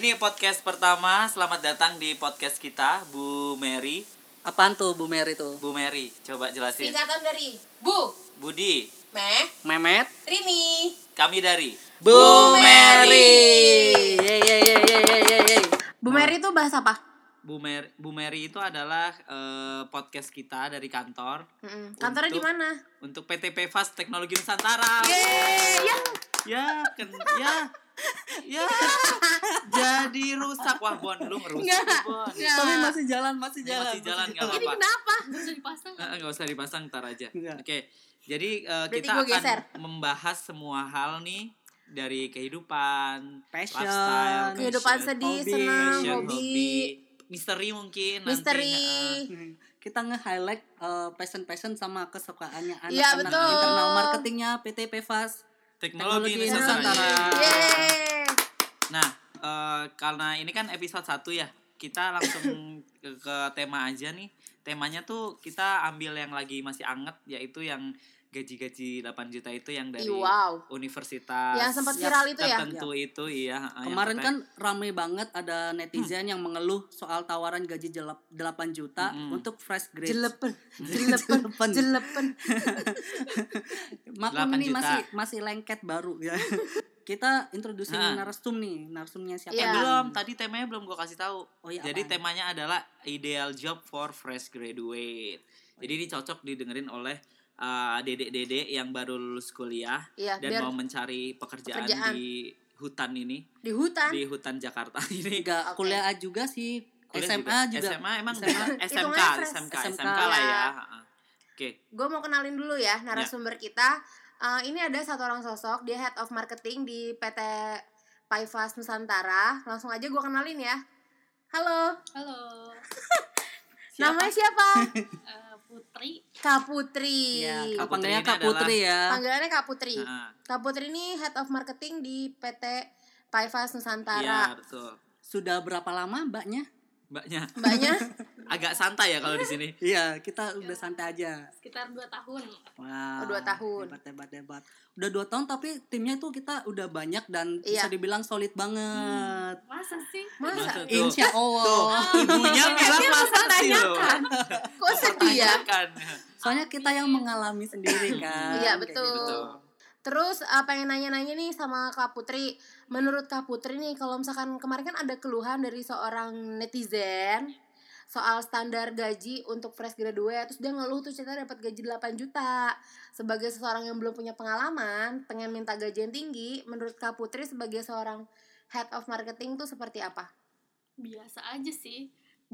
Ini podcast pertama. Selamat datang di podcast kita, Bu Mary. Apaan tuh Bu Mary tuh? Bu Mary, coba jelasin. Singkatan dari Bu, Budi, Memet, Rini. kami dari Bu Mary. Yeay. Bu Mary itu bahas apa? Bu Mary itu adalah podcast kita dari kantor. Kantornya di mana? Untuk PT PFAS Teknologi Nusantara. Ya. Jadi rusak. Wah, Bon, lu ngerusak Bon. Tapi masih jalan Masih jalan enggak Ini apa-apa. kenapa? Enggak usah dipasang, ntar aja. Enggak. Oke. Jadi Berarti kita gua akan geser. membahas semua hal nih dari kehidupan, Passion, lifestyle, Kehidupan passion, sedih, hobi, senang, passion, hobi. misteri mungkin Misteri. nanti. Kita nge-highlight passion sama kesukaannya Iya, anak-anak betul. internal marketingnya PT PFAS Teknologi Teknologi Nusantara. Nusantara. Yeay. Nah, karena ini kan episode 1 ya, kita langsung ke tema aja nih. Temanya tuh kita ambil yang lagi masih anget, yaitu yang gaji-gaji 8 juta itu yang dari Wow. universitas Yang sempat viral itu ya? tertentu itu, iya. yang Kemarin katanya- kan ramai banget ada netizen yang mengeluh soal tawaran gaji 8 juta untuk fresh grade. Jelepen. Maklum 8 ini juta. masih lengket baru ya. Kita introducing narsum nih. Narsumnya siapa? Iya. Belum, tadi temanya belum gue kasih tahu. Oh iya, Jadi apaan? temanya adalah ideal job for fresh graduate. Jadi ini cocok didengerin oleh dedek-dedek yang baru lulus kuliah Iya, dan biar- mau mencari pekerjaan di hutan ini, Di hutan. di hutan Jakarta ini. Enggak Oke. kuliah juga sih. Kuliah SMA juga. SMA emang SMA. SMK, Hitungannya fresh. SMK lah Iya. ya. Oke. Gue mau kenalin dulu ya narasumber kita. Ini ada satu orang sosok, dia head of marketing di PT PFAS Nusantara. Langsung aja gue kenalin ya. Halo, Halo, namanya siapa? Putri. Kak Putri. Ya, Kak Putri panggilnya ini Kak Putri ya. Panggilannya Kak Putri. Nah, Kak Putri ini head of marketing di PT PFAS iya Nusantara. betul. Sudah berapa lama mbaknya? Mbaknya Mbaknya agak santai ya kalau di sini. Iya, kita udah santai aja. Sekitar 2 tahun. Wow. 2 tahun. Hebat. Udah 2 tahun tapi timnya tuh kita udah banyak dan Iya. bisa dibilang solid banget. Masa sih? masa? Insya Allah. Tuh, ibunya bilang masa sih lo. Kok sedih ya? Kan. Soalnya kita yang mengalami sendiri kan. Iya, Kayak betul. gitu. Terus pengen nanya-nanya nih sama Kak Putri. Menurut Kak Putri nih, kalau misalkan kemarin kan ada keluhan dari seorang netizen soal standar gaji untuk fresh graduate. Terus dia ngeluh tuh cerita dapat gaji 8 juta. Sebagai seseorang yang belum punya pengalaman, pengen minta gaji yang tinggi, menurut Kak Putri sebagai seorang head of marketing tuh seperti apa? Biasa aja sih.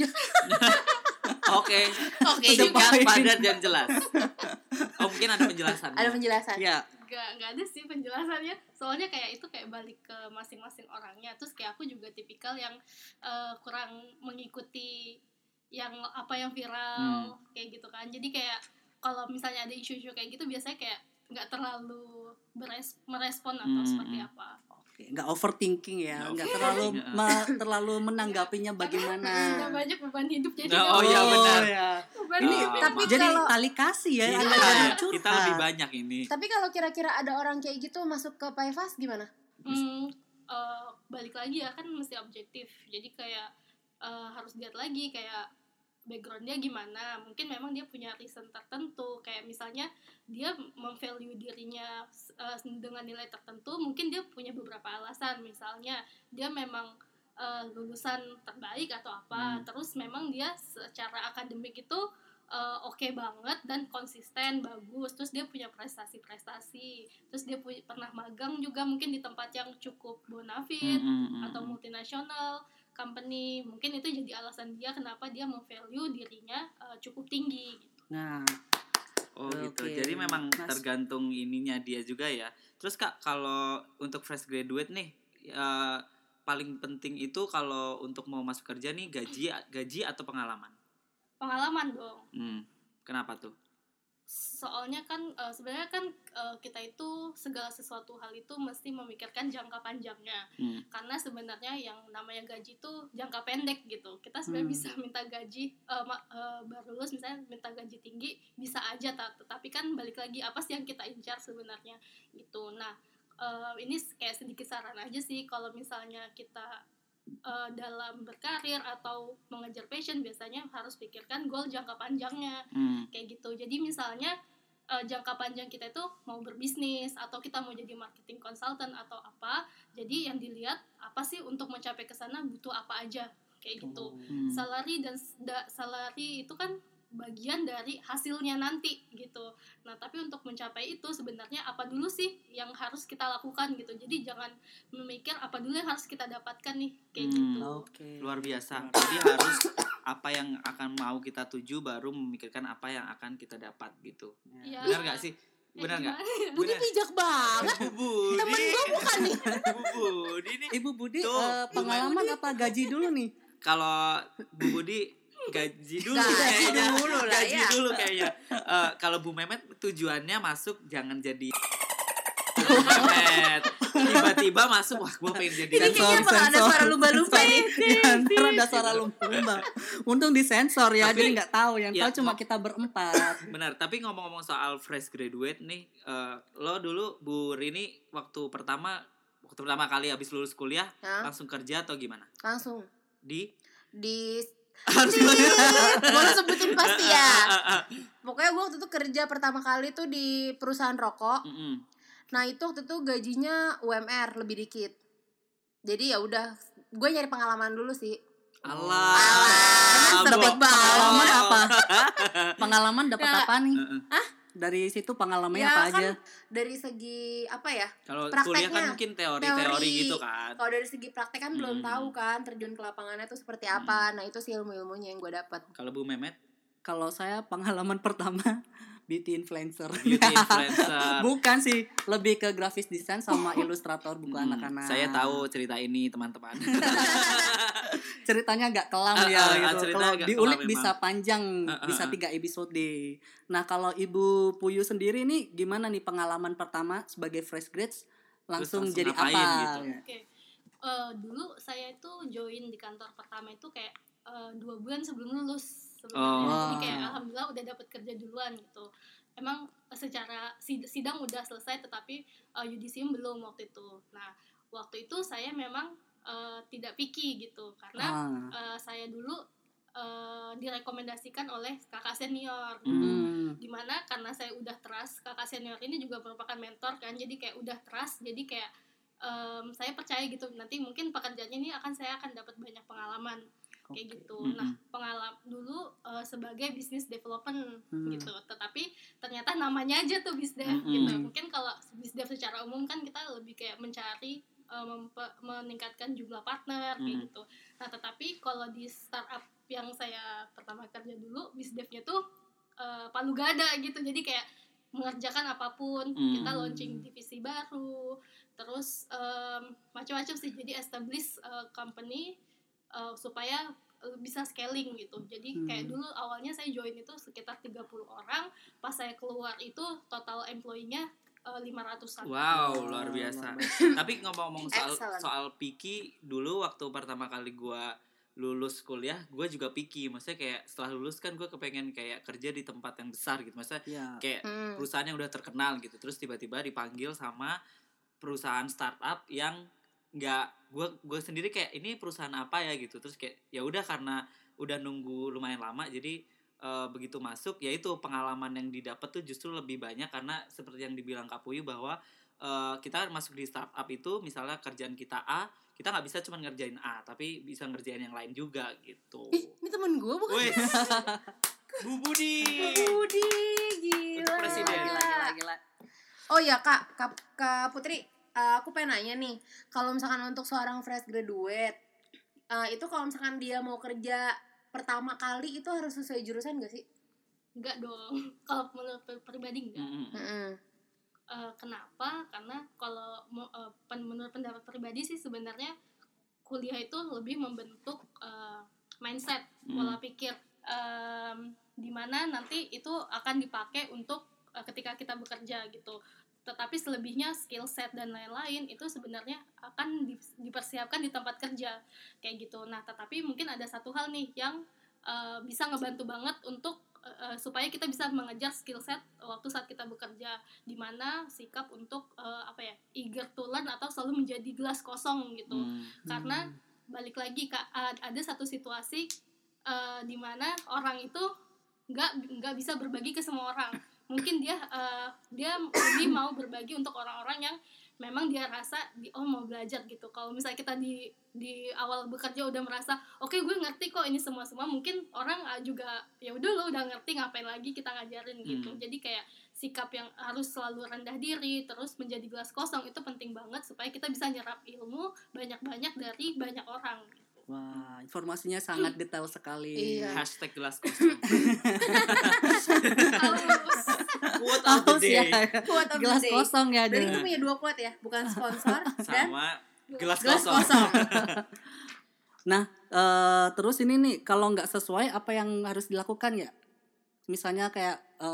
Oke. Oke Singkat, padat dan jelas. Oh, mungkin ada penjelasan. Ada penjelasan? Ya, Gak ada sih penjelasannya. Soalnya kayak itu kayak balik ke masing-masing orangnya. Terus kayak aku juga tipikal yang kurang mengikuti yang apa yang viral kayak gitu kan. Jadi kayak kalau misalnya ada isu-isu kayak gitu biasanya kayak nggak terlalu merespon atau seperti apa. oke. Nggak overthinking ya. Nggak terlalu menanggapinya Karena bagaimana. banyak beban hidup jadi Nah, nggak oh iya, mau benar. ya. beban Ini hidup. tapi Jadi kalau tali kasih ya. Kita, Anda jangan curhat. kita lebih banyak ini. tapi kalau kira-kira ada orang kayak gitu masuk ke PFAS gimana? Balik lagi ya kan mesti objektif. Jadi kayak harus lihat lagi kayak backgroundnya gimana. Mungkin memang dia punya reason tertentu. Kayak misalnya dia memvalue dirinya dengan nilai tertentu. Mungkin dia punya beberapa alasan. Misalnya dia memang lulusan terbaik atau apa. Terus memang dia secara akademik itu oke banget dan konsisten, bagus. Terus dia punya prestasi-prestasi. Terus dia pernah magang juga mungkin di tempat yang cukup bonafit atau multinasional company. Mungkin itu jadi alasan dia kenapa dia value dirinya cukup tinggi gitu. Nah, Oh gitu. Oke. Jadi memang tergantung ininya dia juga ya. Terus Kak, kalau untuk fresh graduate nih, paling penting itu kalau untuk mau masuk kerja nih gaji atau pengalaman? Pengalaman dong. Kenapa tuh? Soalnya kan sebenarnya kan kita itu segala sesuatu hal itu mesti memikirkan jangka panjangnya. Karena sebenarnya yang namanya gaji itu jangka pendek gitu. Kita sebenarnya bisa minta gaji baru lulus misalnya minta gaji tinggi bisa aja, tetapi kan balik lagi apa sih yang kita incar sebenarnya gitu. Nah, ini kayak sedikit saran aja sih kalau misalnya kita dalam berkarir atau mengejar passion biasanya harus pikirkan goal jangka panjangnya kayak gitu. Jadi misalnya jangka panjang kita itu mau berbisnis atau kita mau jadi marketing consultant atau apa, jadi yang dilihat apa sih untuk mencapai ke sana butuh apa aja kayak gitu. Salary dan salary itu kan bagian dari hasilnya nanti gitu. Nah tapi untuk mencapai itu sebenarnya apa dulu sih yang harus kita lakukan gitu. Jadi jangan memikir apa dulu yang harus kita dapatkan nih kayak gitu. Oke. Luar biasa. Jadi harus apa yang akan mau kita tuju baru memikirkan apa yang akan kita dapat gitu. Ya, Benar nggak sih? ya Benar nggak? gimana? Budi bijak banget. Bu Temen Budi. gue bukan nih. Bu Budi nih. Ibu Budi Tuh, pengalaman apa gaji dulu nih? Kalau Bu Budi gaji dulu Gaji kayaknya. dulu lah, Gaji ya. dulu kayaknya. Kalau Bu Memet tujuannya masuk jangan jadi Bu Memet. Tiba-tiba masuk, wah gue pengen jadi Ini kayaknya bakal ada suara lumba-lumba nih. Ntar ada suara lumba-lumba. Untung disensor ya, Tapi- jadi nggak tahu. Yang ya, tahu cuma kita berempat. Benar, tapi ngomong-ngomong soal fresh graduate nih, lo dulu Bu Rini waktu pertama kali habis lulus kuliah Hah? langsung kerja atau gimana? Langsung Di di Harus boleh sebutin pasti ya. Pokoknya gue waktu itu kerja pertama kali tuh di perusahaan rokok. Mm-mm. Nah itu waktu itu gajinya UMR lebih dikit. Jadi ya udah, gue nyari pengalaman dulu sih. Alah. Serbet banget. Pengalaman apa? Pengalaman dapat Ya. apa nih? Heeh. Dari situ pengalamannya Ya apa kan aja? dari segi apa ya? Kalau Prakteknya. kuliah kan mungkin teori-teori Teori. gitu kan. Kalau dari segi praktek kan belum Hmm. tahu kan terjun ke lapangannya tuh seperti apa. Nah itu sih ilmu-ilmunya yang gue dapat. Kalau Bu Memet Kalau saya pengalaman pertama beauty influencer. beauty influencer. Bukan sih, lebih ke grafis desain sama ilustrator buku Mm, anak-anak. Saya tahu cerita ini teman-teman. Ceritanya agak kelam ya gitu. cerita Kalau agak diulik kelam bisa memang. panjang, bisa 3 episode. Nah, kalau Ibu Puyu sendiri nih gimana nih pengalaman pertama sebagai fresh grads langsung langsung jadi ngapain apa? gitu? Oke. Dulu saya itu join di kantor pertama itu kayak 2 bulan sebelum lulus sebenarnya. Oh. Jadi Wah. kayak alhamdulillah udah dapat kerja duluan gitu. Emang secara sidang udah selesai tetapi yudisium belum waktu itu. Nah, waktu itu saya memang tidak picky gitu karena saya dulu direkomendasikan oleh kakak senior gitu. Dimana karena saya udah trust, kakak senior ini juga merupakan mentor kan, jadi kayak udah trust, jadi kayak saya percaya gitu nanti mungkin pekerjaannya ini saya akan dapat banyak pengalaman kayak gitu. Nah pengalaman dulu sebagai business development gitu, tetapi ternyata namanya aja tuh bisdev gitu. Mungkin kalau bisdev secara umum kan kita lebih kayak mencari meningkatkan jumlah partner kayak gitu. Nah tetapi kalau di startup yang saya pertama kerja dulu, bisdevnya tuh palu gada gitu, jadi kayak mengerjakan apapun. Kita launching divisi baru, terus macam-macam sih, jadi establish company supaya bisa scaling gitu. Jadi kayak dulu awalnya saya join itu sekitar 30 orang, pas saya keluar itu total employee-nya 500-an. Wow, luar biasa. Tapi ngomong-ngomong Excellent. soal picky, dulu waktu pertama kali gue lulus kuliah, gue juga picky. Maksudnya kayak setelah lulus kan gue kepengen kayak kerja di tempat yang besar gitu. Maksudnya kayak perusahaan yang udah terkenal gitu. Terus tiba-tiba dipanggil sama perusahaan startup yang nggak, gue sendiri kayak ini perusahaan apa ya gitu. Terus kayak ya udah, karena udah nunggu lumayan lama, jadi begitu masuk ya itu pengalaman yang didapat tuh justru lebih banyak, karena seperti yang dibilang Kak Puyu bahwa kita masuk di startup itu misalnya kerjaan kita A, kita nggak bisa cuma ngerjain A, tapi bisa ngerjain yang lain juga gitu. Ih, ini temen gue bukan? Wes, Bu Budi. Budi, gila. Presiden. Gila. Oh ya Kak Putri, aku pengen nanya nih, kalau misalkan untuk seorang fresh graduate, itu kalau misalkan dia mau kerja pertama kali itu harus sesuai jurusan gak sih? Enggak dong. Kalau menurut pribadi enggak. Kenapa? Karena kalau menurut pendapat pribadi sih sebenarnya kuliah itu lebih membentuk mindset, pola pikir, dimana nanti itu akan dipakai untuk ketika kita bekerja gitu. Tetapi selebihnya skill set dan lain-lain itu sebenarnya akan dipersiapkan di tempat kerja kayak gitu. Nah, tetapi mungkin ada satu hal nih yang bisa ngebantu banget untuk supaya kita bisa mengejar skill set waktu saat kita bekerja, di mana sikap untuk eager to learn atau selalu menjadi gelas kosong gitu. Karena balik lagi ada satu situasi di mana orang itu nggak bisa berbagi ke semua orang. Mungkin dia lebih mau berbagi untuk orang-orang yang memang dia rasa mau belajar gitu. Kalau misalnya kita di awal bekerja udah merasa oke, gue ngerti kok ini semua, mungkin orang juga ya udah lo udah ngerti, ngapain lagi kita ngajarin gitu. Jadi kayak sikap yang harus selalu rendah diri, terus menjadi gelas kosong, itu penting banget supaya kita bisa nyerap ilmu banyak-banyak dari banyak orang gitu. Wah, informasinya sangat detail sekali. Iya. Hashtag gelas kosong. Haus. Quote of the Haus day. ya. Quote of the Gelas day. kosong ya. Dan ada. itu punya 2 quote ya, bukan sponsor dan Sama gelas gelas kosong. kosong. Nah, terus ini nih, kalau nggak sesuai apa yang harus dilakukan ya? Misalnya kayak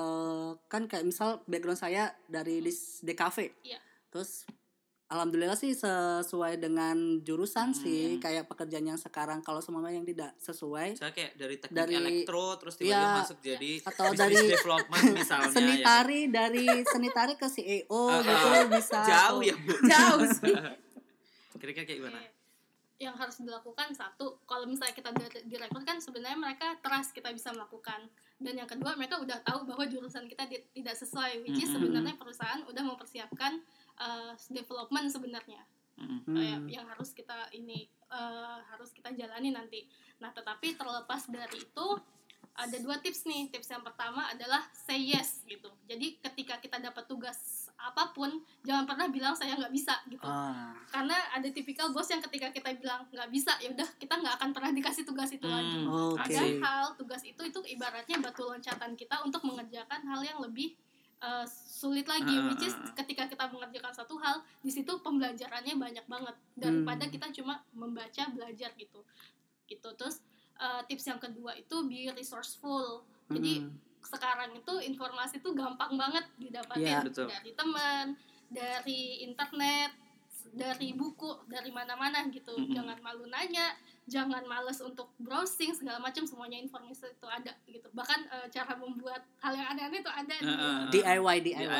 kan kayak misal background saya dari di DKV. Iya. Terus alhamdulillah sih sesuai dengan jurusan sih, kayak pekerjaan yang sekarang. Kalau semuanya yang tidak sesuai, Saya kayak dari teknik Dari- elektro terus tiba-tiba ya, masuk jadi atau business dari development misalnya seni ya. tari, dari seni tari ke CEO gitu bisa. Jauh ya, Bu. Jauh sih. Kira-kira kayak gimana? Yang harus dilakukan, satu, kalau misalnya kita direkrut kan sebenarnya mereka trust kita bisa melakukan, dan yang kedua mereka udah tahu bahwa jurusan kita tidak sesuai, which is sebenarnya perusahaan udah mempersiapkan development sebenarnya. Kayak yang harus kita harus kita jalani nanti. Nah, tetapi terlepas dari itu ada 2 tips nih. Tips yang pertama adalah say yes gitu. Jadi ketika kita dapat tugas apapun, jangan pernah bilang saya nggak bisa gitu. Karena ada tipikal bos yang ketika kita bilang nggak bisa, ya udah kita nggak akan pernah dikasih tugas itu lagi. Oke. Padahal tugas itu ibaratnya batu loncatan kita untuk mengerjakan hal yang lebih sulit lagi, which is ketika kita mengerjakan satu hal, di situ pembelajarannya banyak banget daripada kita cuma membaca belajar gitu. Terus tips yang kedua itu be resourceful. Jadi sekarang itu informasi tuh gampang banget didapatin, Iya, betul. dari teman, dari internet, dari buku, dari mana-mana gitu. Jangan malu nanya, jangan males untuk browsing segala macam, semuanya informasi itu ada gitu. Bahkan cara membuat hal yang aneh-aneh itu ada di DIY.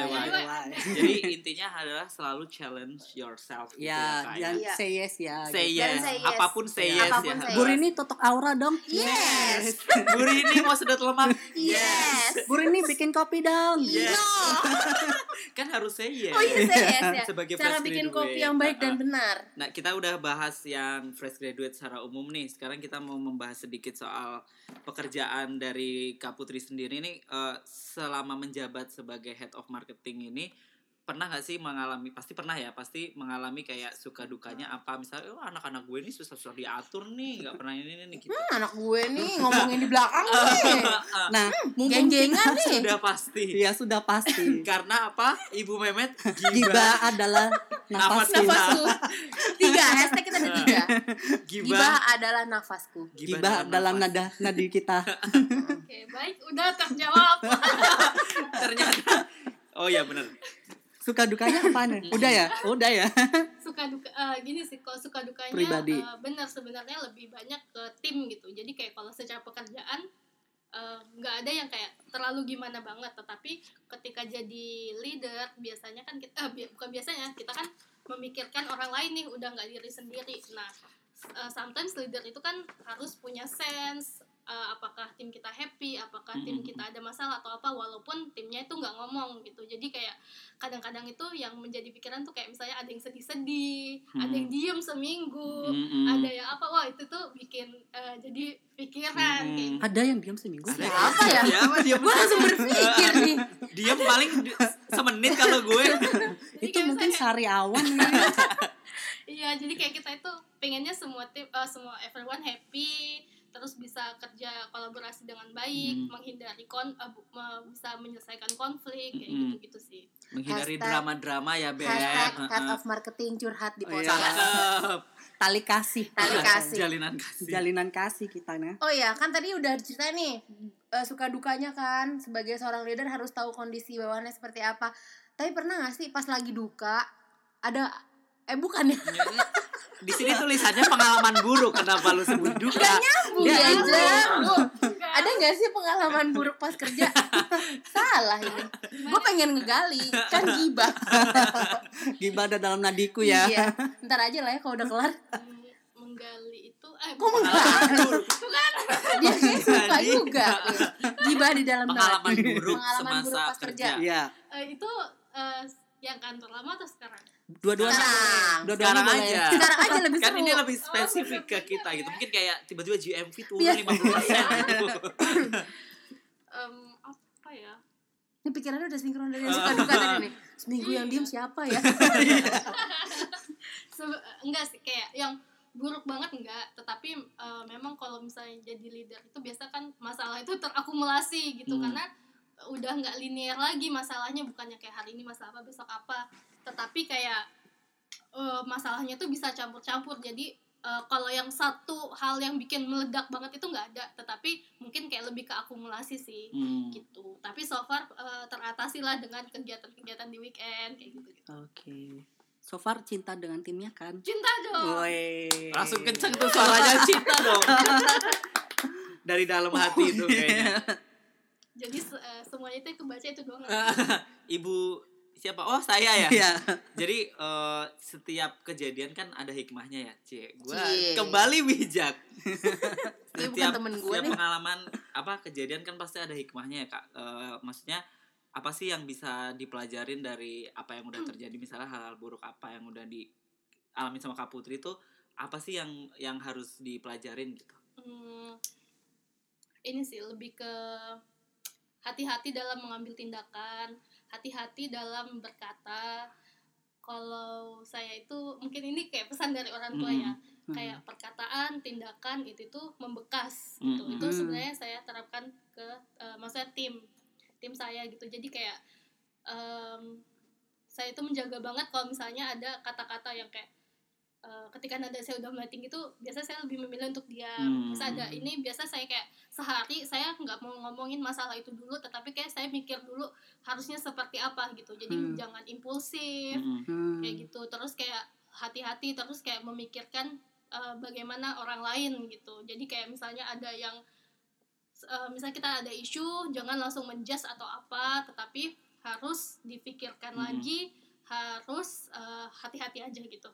Jadi intinya adalah selalu challenge yourself gitu Ya, Kak, dan Iya. say yes ya. Say gitu. yes. say yes. Apapun say yes Apapun ya. say Bu yes. Rini tutup aura dong. Yes. Bu Rini mau sedot lemak. Yes. Bu Rini bikin kopi dong. Yes. No. Kan harus say yes. Oh iya, say yes ya. Sebagai Cara fresh bikin graduate. kopi yang baik dan benar. Nah, kita udah bahas yang fresh graduate secara umum nih. Sekarang kita mau membahas sedikit soal pekerjaan dari Kak Putri sendiri nih. Selama menjabat sebagai head of marketing ini, pernah gak sih mengalami, pasti pernah ya, pasti mengalami kayak suka dukanya apa, misalnya anak-anak gue ini susah-susah diatur nih, gak pernah ini gitu. Anak gue nih ngomongin di belakang nih. Nah, mumpung Geng-gengan nih. Sudah pasti. ya sudah pasti. Karena apa? Ibu Memet Giba gibah. adalah Nafas nafasku. Nafasku. 3, hashtag kita ada 3. Gibah. Gibah adalah nafasku. Giba dalam nafas. nadi kita. Oke, baik, udah terjawab. Ternyata. Oh ya benar. Suka dukanya apa nih? Udah ya. Suka duka gini sih, kalau suka dukanya Pribadi. benar sebenarnya lebih banyak ke tim gitu. Jadi kayak kalau secara pekerjaan nggak ada yang kayak terlalu gimana banget, tetapi ketika jadi leader biasanya kan kita bukan biasanya, kita kan memikirkan orang lain nih, udah nggak diri sendiri. Nah, sometimes leader itu kan harus punya sense, apakah tim kita happy, apakah tim kita ada masalah atau apa, walaupun timnya itu nggak ngomong gitu. Jadi kayak kadang-kadang itu yang menjadi pikiran tuh kayak misalnya ada yang sedih-sedih, ada yang diem seminggu, ada yang apa, wah itu tuh bikin jadi pikiran kayak gitu. Ada yang diam seminggu. Apa ya? Siapa dia? Gue langsung berpikir nih. Diam paling semenit kalau gue. Jadi Itu kayak mungkin misalnya- sariawan nih. Iya, jadi kayak kita itu pengennya semua tim, semua everyone happy, terus bisa kerja kolaborasi dengan baik, menghindari bisa menyelesaikan konflik kayak gitu-gitu sih. Menghindari Hashtag- drama-drama ya, Beb. Hashtag head of marketing curhat di podcast. Cakep. Tali kasih. Tali kasih. Jalinan kasih. Jalinan kasih kita nah. Oh ya, kan tadi udah diceritain nih suka dukanya kan sebagai seorang leader harus tahu kondisi bawahannya seperti apa. Tapi pernah gak sih pas lagi duka ada bukan ya? Di sini tulisannya pengalaman buruk, kenapa lu sebut duka? Bu aja. Bu, ada gak sih pengalaman buruk pas kerja? Salah ini. Gue pengen ngegali, kan gibah. Gibah ada dalam nadiku ya. Iya. Ntar aja lah ya kalau udah kelar. Menggali Kok enggak? Dia kayak suka juga gibah di dalam Pengalaman hati. buruk Pengalaman buruk semasa pas kerja. Iya. Itu yang kantor lama atau sekarang? Dua-duanya Sekarang. dua-duanya Sekarang boleh. aja. Sekarang aja lebih Kan seru. ini lebih spesifik ke kita gitu. Mungkin kayak tiba-tiba GMV turun Biar- 50% gitu. Apa ya? Ini pikirannya udah sinkron dari yang suka duka tadi nih. Seminggu yang diem siapa ya? Enggak sih, kayak yang buruk banget enggak, tetapi memang kalau misalnya jadi leader itu biasa kan masalah itu terakumulasi gitu, karena udah nggak linear lagi masalahnya, bukannya kayak hari ini masalah apa besok apa, tetapi kayak masalahnya tuh bisa campur-campur. Jadi kalau yang satu hal yang bikin meledak banget itu nggak ada, tetapi mungkin kayak lebih ke akumulasi sih gitu. Tapi so far teratasi lah dengan kegiatan-kegiatan di weekend kayak gitu. Oke. So far cinta dengan timnya kan? Cinta dong. Woi. Langsung kenceng tuh suaranya cinta dong. Dari dalam hati itu kayaknya. Jadi semuanya itu kebaca itu doang. Ibu siapa? Oh, saya ya. Iya. Jadi setiap kejadian kan ada hikmahnya ya, Gua Cie. kembali bijak. Dia bukan Setiap temen gue setiap nih. pengalaman kejadian kan pasti ada hikmahnya ya, Kak. Maksudnya apa sih yang bisa dipelajarin dari apa yang udah terjadi, misalnya hal-hal buruk apa yang udah dialami sama Kak Putri itu apa sih yang harus dipelajarin gitu? Ini sih lebih ke hati-hati dalam mengambil tindakan, hati-hati dalam berkata. Kalau saya itu mungkin ini kayak pesan dari orang tua ya, kayak perkataan, tindakan itu tuh membekas gitu. Itu sebenarnya saya terapkan ke maksudnya tim saya gitu. Jadi kayak saya itu menjaga banget kalau misalnya ada kata-kata yang kayak ketika nada saya udah mulai tinggi tuh biasa saya lebih memilih untuk diam. Bisa ada ini, biasa saya kayak sehari saya nggak mau ngomongin masalah itu dulu, tetapi kayak saya mikir dulu harusnya seperti apa gitu. Jadi jangan impulsif kayak gitu. Terus kayak hati-hati, terus kayak memikirkan bagaimana orang lain gitu. Jadi kayak misalnya ada yang misalnya kita ada isu, jangan langsung menjudge atau apa, tetapi harus dipikirkan lagi, harus hati-hati aja gitu.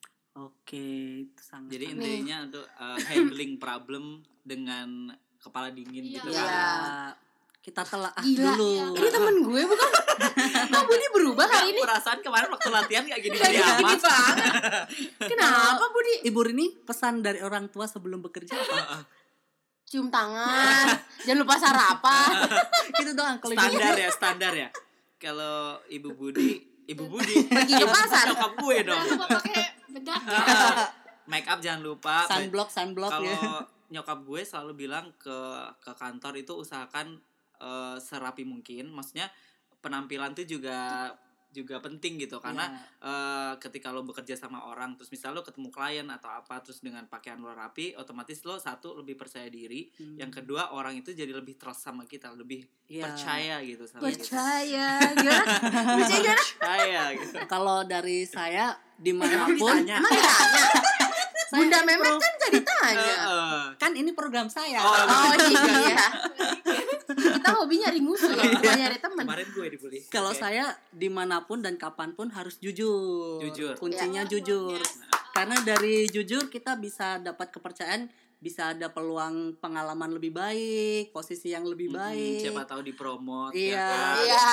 Oke, itu sangat. Jadi intinya untuk handling problem dengan kepala dingin Iya. gitu ya, kan. kita telah Gila. dulu. Ini temen gue bukan? Kok Budi berubah hari ini? Perasaan kemarin waktu latihan gak gini-gini Gini amat. banget. Kenapa Budi? Ibu Rini, pesan dari orang tua sebelum bekerja apa? Cium tangan, jangan lupa sarapan. Itu doang kalau Standar ya. Kalau Ibu Budi Pergi ke pasar. nyokap gue dong. Jangan lupa pakai bedak. Make up jangan lupa. sunblock ya. Kalau nyokap gue selalu bilang ke kantor itu usahakan serapi mungkin. Maksudnya penampilan tuh juga penting gitu, karena ketika lo bekerja sama orang, terus misal lo ketemu klien atau apa, terus dengan pakaian lo rapi, otomatis lo satu lebih percaya diri, yang kedua orang itu jadi lebih trust sama kita, lebih percaya gitu sama Percaya, gimana? percaya gitu. Kalau dari saya dimanapun, Ditanya. Emang ditanya? Bunda Memet kan gak ditanya. kan ini program saya. Oh iya. Kita hobi nyari musuh ya, bukan nyari teman. Kemarin gue dibully. Kalau Oke. saya dimanapun dan kapanpun harus jujur. Jujur. Kuncinya Ya. jujur. Karena dari jujur kita bisa dapat kepercayaan, bisa ada peluang pengalaman lebih baik, posisi yang lebih baik, Siapa tahu dipromot. Iya. Ya kan? Iya.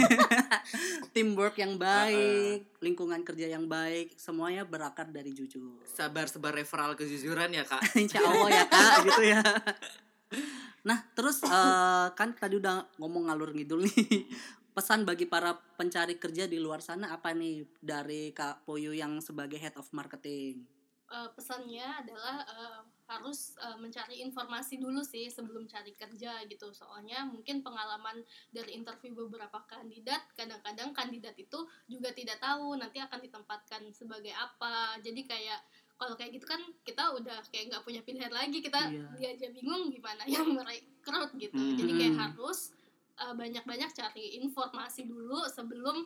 teamwork yang baik, lingkungan kerja yang baik, semuanya berakar dari jujur. Sabar sebar referral kejujuran ya Kak. Insya Allah ya Kak, gitu ya. Nah, terus kan tadi udah ngomong ngalur ngidul nih. Pesan bagi para pencari kerja di luar sana apa nih dari Kak Poyu yang sebagai head of marketing? Pesannya adalah harus mencari informasi dulu sih sebelum cari kerja gitu. Soalnya mungkin pengalaman dari interview beberapa kandidat, kadang-kadang kandidat itu juga tidak tahu nanti akan ditempatkan sebagai apa. Jadi kayak kalau kayak gitu kan kita udah kayak nggak punya pilihan lagi, kita dia aja bingung gimana yang merekrut gitu. Jadi kayak harus banyak-banyak cari informasi dulu sebelum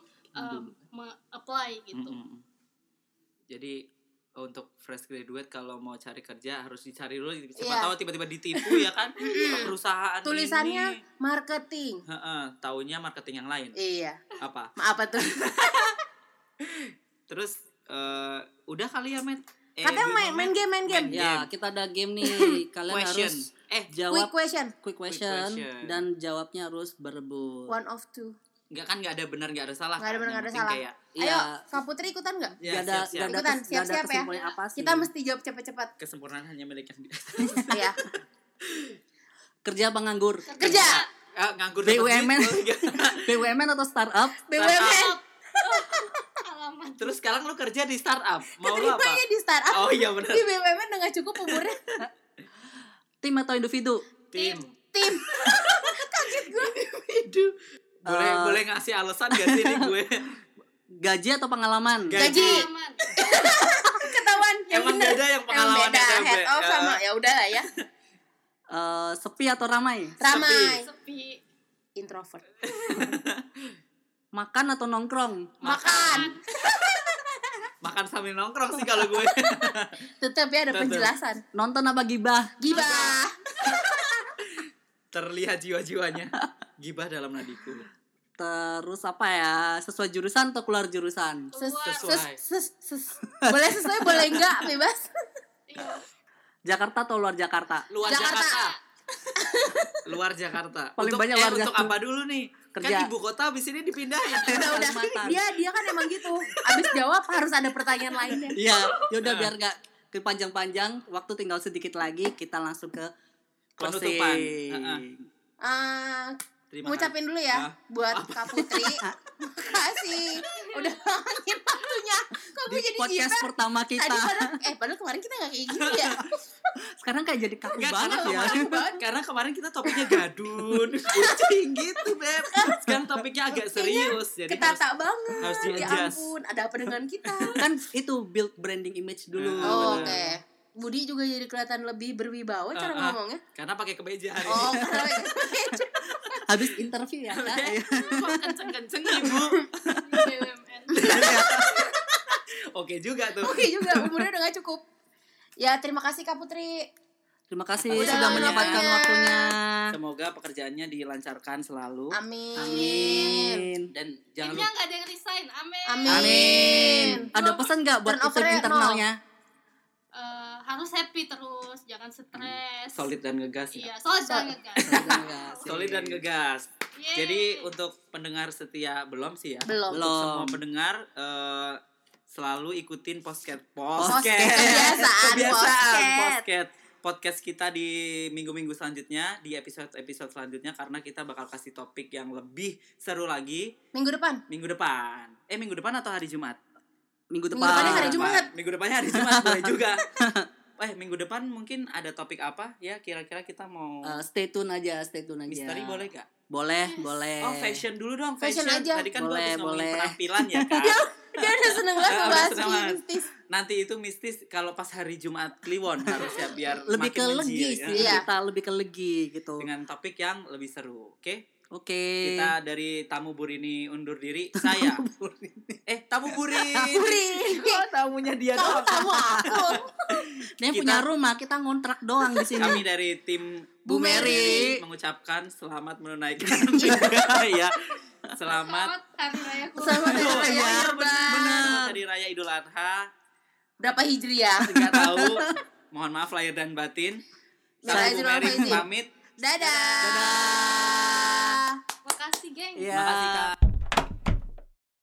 apply gitu. Jadi untuk fresh graduate kalau mau cari kerja harus dicari dulu, siapa Iya. tahu tiba-tiba ditipu ya kan perusahaan Tulisannya ini. marketing. Taunya marketing yang lain. Iya. Apa? Apa tuh? Terus udah kali ya Met Katanya main game. Ya, kita ada game nih. Kalian Question. harus Quick jawab question. quick question question. dan jawabnya harus berebut. One of two. Enggak ada benar, enggak ada salah. Nggak ada kan? benar, nggak ada Yang penting salah. kayak Ayo, Iya. Kak Putri ikutan nggak? ya, Gak ada siap-siap. Ikutan, gak ada siap-siap ya. kesimpulan apa sih. Kita mesti jawab cepet-cepet. Kesempurnaan hanya milik yang Iya. Kerja apa nganggur? Kerja. nganggur dapat BUMN. duit, BUMN atau startup? BUMN. Alamat. Terus sekarang lu kerja di startup. Mau lu apa? Keterimanya di startup. Oh iya benar. Di BUMN udah gak cukup umurnya. Tim atau individu? Tim. Tim. Hidup. Boleh ngasih alasan gak sih ini gue? Gaji atau pengalaman? Gaji. Alamat. Ketahuan. Emang bener. beda yang pengalaman Emang beda. ya, Head off sama ya udah lah ya. Sepi atau ramai? Ramai. Sepi. Introvert. Makan atau nongkrong? Makan. Makan sambil nongkrong sih kalau gue. Tetap ya ada Tetep. penjelasan. Nonton apa gibah? Gibah. Terlihat jiwa-jiwanya. Gibah dalam nadiku. Terus apa ya? Sesuai jurusan atau keluar jurusan? Sesuai. Boleh sesuai, boleh enggak, bebas. Iya. Jakarta atau luar Jakarta? Luar Jakarta. Jakarta. Luar Jakarta. Paling Untuk- banyak luar untuk Jakarta. apa dulu nih? Kerja. Kan ibu kota abis ini dipindahin. Udah. Kalimantan. Dia kan emang gitu. Abis jawab harus ada pertanyaan lainnya. Iya, yaudah biar gak kepanjang-panjang, waktu tinggal sedikit lagi, kita langsung ke closing. Penutupan. Terima Ngucapin dulu ya Ah. buat Kak Putri. Makasih udah ngangin waktunya. Kok gue Di jadi podcast jiper? pertama kita. Padahal kemarin kita gak kayak gini ya. Sekarang kayak jadi kaku Enggak, banget ya. karena kemarin kita topiknya gadun, kucing gitu, Beb. Sekarang topiknya agak serius, jadi Ketata banget. harus Ya di-adjust. ampun, ada apa dengan kita? Kan itu build branding image dulu. Oh, bener. oke. Budi juga jadi kelihatan lebih berwibawa cara ngomongnya. Karena pakai kemeja hari Oh, ini. karena Habis interview ya, Kak. Kok kenceng-kenceng ibu. BUMN. Oke juga tuh. oke juga umurnya udah gak cukup. Ya, terima kasih Kak Putri. Terima kasih Udah sudah waktunya. menyempatkan waktunya. Semoga pekerjaannya dilancarkan selalu. Amin. Amin. Dan jangan Timnya lupa nggak ada yang resign. Amin. Amin. Ada pesan nggak buat tim Turnover-nya internalnya? Harus happy terus, jangan stres. solid dan ngegas ya. Iya, solid dan ngegas. Solid dan ngegas. Yeay. Jadi untuk pendengar setia belum sih ya. Belum. Untuk semua pendengar selalu ikutin Kebiasaan podcast kita di minggu-minggu selanjutnya, di episode selanjutnya, karena kita bakal kasih topik yang lebih seru lagi Minggu depan. minggu depan. Minggu depan atau hari Jumat? Minggu Minggu depannya hari depan. Jumat. Minggu depannya hari Jumat boleh juga. Minggu depan mungkin ada topik apa ya? Kira-kira kita mau Stay tune aja. misteri boleh gak? Boleh. Oh, fashion dulu dong, Fashion fashion. aja. Tadi kan gue Boleh, habis ngomongin boleh. penampilan ya kan. Dia udah seneng banget Udah ngebahas seneng banget. mistis. Nanti itu mistis kalau pas hari Jumat Kliwon harusnya biar Lebih ke makin legi menjil, sih. ya. Iya. Kita lebih ke legi gitu. Dengan topik yang lebih seru. Oke? Oke. Kita dari Tamu Burini undur diri. Saya. Tamu Burini. Kok tamunya dia Kamu doang? tamu aku. Dia punya rumah, kita ngontrak doang di sini. Kami dari tim Bu Mary mengucapkan selamat menunaikan ya. Selamat Hari Raya Kurban. Selamat Hari Oh Raya iya, Kurban. benar. Hari Raya Idul Adha. Berapa hijriah? Enggak tahu. Mohon maaf lahir dan batin. Minal Saya Bu aidin wal Mary faizin. pamit. Dadah. Makasih, geng. Iya. Makasih Kak.